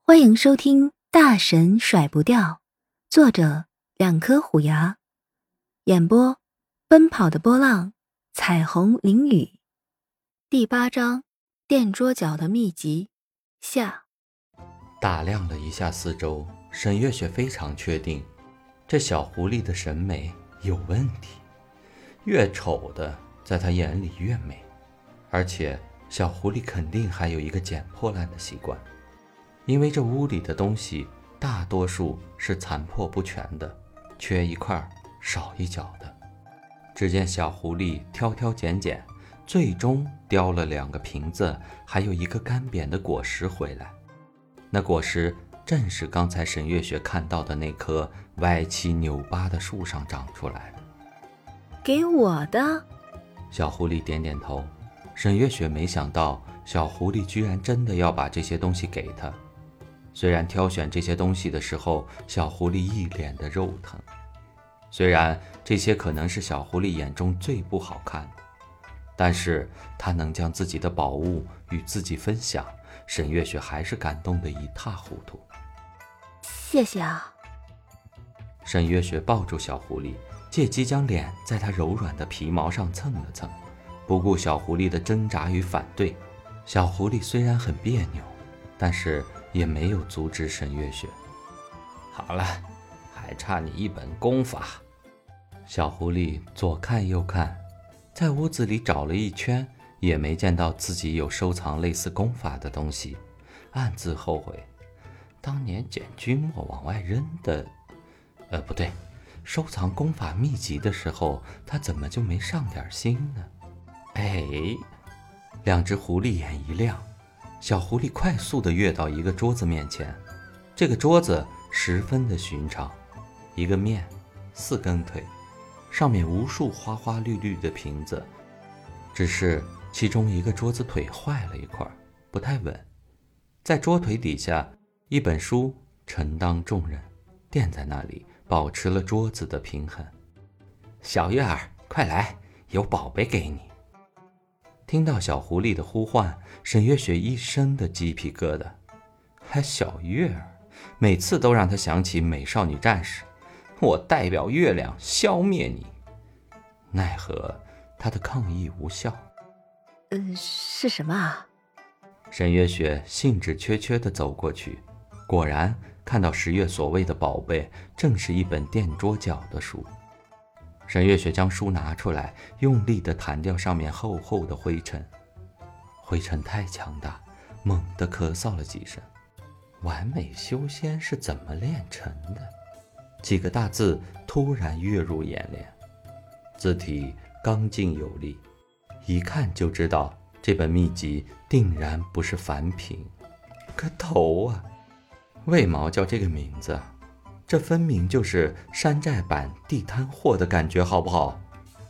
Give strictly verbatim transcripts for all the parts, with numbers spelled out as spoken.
欢迎收听《大神甩不掉》，作者两颗虎牙，演播奔跑的波浪，彩虹淋雨。第八章，垫桌角的秘籍下。 打量了一下四周，沈月雪非常确定，这小狐狸的审美有问题，越丑的在她眼里越美，而且小狐狸肯定还有一个捡破烂的习惯。因为这屋里的东西大多数是残破不全的，缺一块少一角的。只见小狐狸挑挑拣拣，最终叼了两个瓶子还有一个干瘪的果实回来。那果实正是刚才沈月雪看到的那棵歪七扭八的树上长出来的。 给我的。 小狐狸点点头。沈月雪没想到小狐狸居然真的要把这些东西给她。虽然挑选这些东西的时候，小狐狸一脸的肉疼，虽然这些可能是小狐狸眼中最不好看的，但是他能将自己的宝物与自己分享，沈月雪还是感动得一塌糊涂。 谢谢啊。 沈月雪抱住小狐狸，借机将脸在它柔软的皮毛上蹭了蹭，不顾小狐狸的挣扎与反对。小狐狸虽然很别扭，但是也没有阻止沈月雪。好了，还差你一本功法。小狐狸左看右看，在屋子里找了一圈，也没见到自己有收藏类似功法的东西，暗自后悔，当年捡君莫往外扔的，呃，不对，收藏功法秘籍的时候，他怎么就没上点心呢？哎，两只狐狸眼一亮，小狐狸快速地跃到一个桌子面前，这个桌子十分的寻常，一个面，四根腿，上面无数花花绿绿的瓶子，只是其中一个桌子腿坏了一块，不太稳。在桌腿底下，一本书承当重任，垫在那里，保持了桌子的平衡。小月儿，快来，有宝贝给你。听到小狐狸的呼唤，沈月雪一身的鸡皮疙瘩。还小月儿，每次都让她想起美少女战士，我代表月亮消灭你。奈何她的抗议无效。 呃，是什么啊？ 沈月雪兴致缺缺地走过去，果然看到十月所谓的宝贝正是一本垫桌角的书。沈月雪将书拿出来，用力地弹掉上面厚厚的灰尘。灰尘太强大，猛地咳嗽了几声。完美修仙是怎么炼成的？几个大字突然跃入眼帘，字体刚劲有力，一看就知道这本秘籍定然不是凡品。个头啊！为毛叫这个名字？这分明就是山寨版地摊货的感觉，好不好？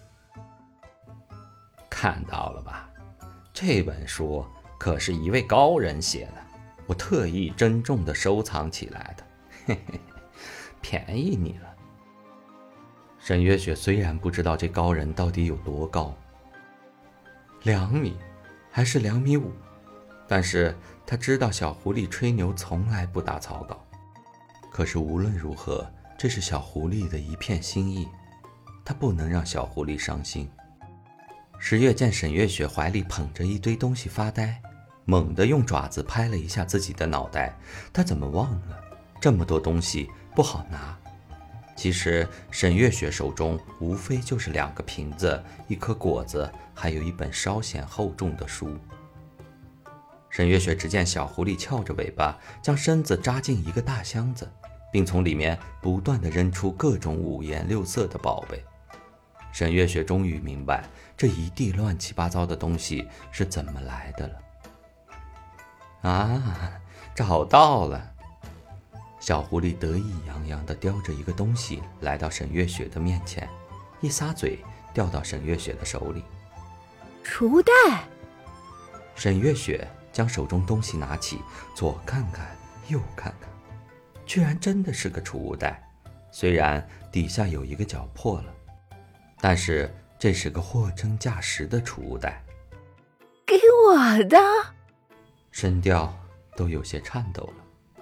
看到了吧，这本书可是一位高人写的，我特意珍重地收藏起来的，嘿嘿，便宜你了。沈月雪虽然不知道这高人到底有多高，两米还是两米五，但是她知道小狐狸吹牛从来不打草稿。可是无论如何，这是小狐狸的一片心意，他不能让小狐狸伤心。十月见沈月雪怀里捧着一堆东西发呆，猛地用爪子拍了一下自己的脑袋，他怎么忘了这么多东西不好拿？其实沈月雪手中无非就是两个瓶子，一颗果子，还有一本稍显厚重的书。沈月雪只见小狐狸翘着尾巴，将身子扎进一个大箱子，并从里面不断地扔出各种五颜六色的宝贝。沈月雪终于明白这一地乱七八糟的东西是怎么来的了。啊，找到了！小狐狸得意洋洋地叼着一个东西来到沈月雪的面前，一撒嘴掉到沈月雪的手里。 储物袋！ 沈月雪将手中东西拿起，左看看右看看，居然真的是个储物袋，虽然底下有一个角破了，但是这是个货真价实的储物袋。 给我的！ 声调都有些颤抖了。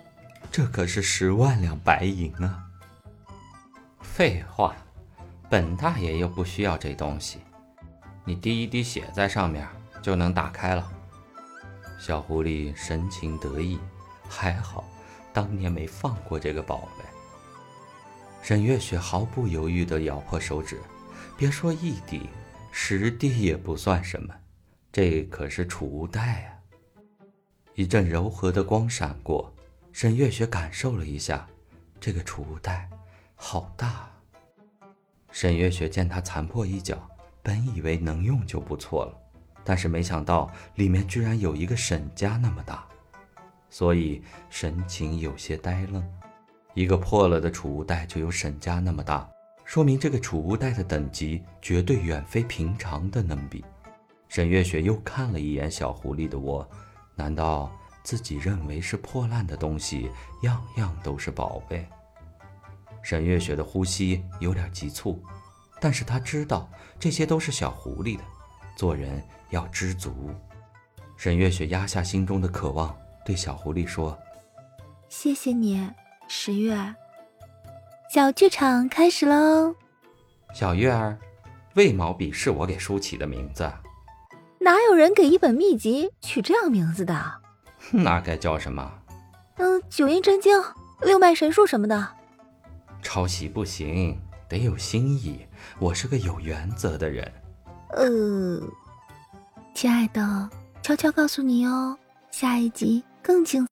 这可是十万两白银啊！废话，本大爷又不需要这东西，你滴一滴血在上面就能打开了。小狐狸神情得意，还好当年没放过这个宝贝。沈月雪毫不犹豫地咬破手指，别说一滴，十滴也不算什么，这可是储物袋啊！一阵柔和的光闪过，沈月雪感受了一下，这个储物袋好大。沈月雪见它残破一角，本以为能用就不错了，但是没想到里面居然有一个沈家那么大，所以神情有些呆愣。一个破了的储物袋就有沈家那么大，说明这个储物袋的等级绝对远非平常的能比。沈月雪又看了一眼小狐狸的窝，难道自己认为是破烂的东西样样都是宝贝？沈月雪的呼吸有点急促，但是她知道这些都是小狐狸的，做人要知足。沈月雪压下心中的渴望，对小狐狸说： 谢谢你，十月。小剧场开始喽。 小月儿，魏毛笔是我给书起的名字。 哪有人给一本秘籍取这样名字的？ 那该叫什么？ 嗯，九阴真经、六脉神术什么的。 抄袭不行，得有新意，我是个有原则的人。 呃，亲爱的，悄悄告诉你哦，下一集更精彩。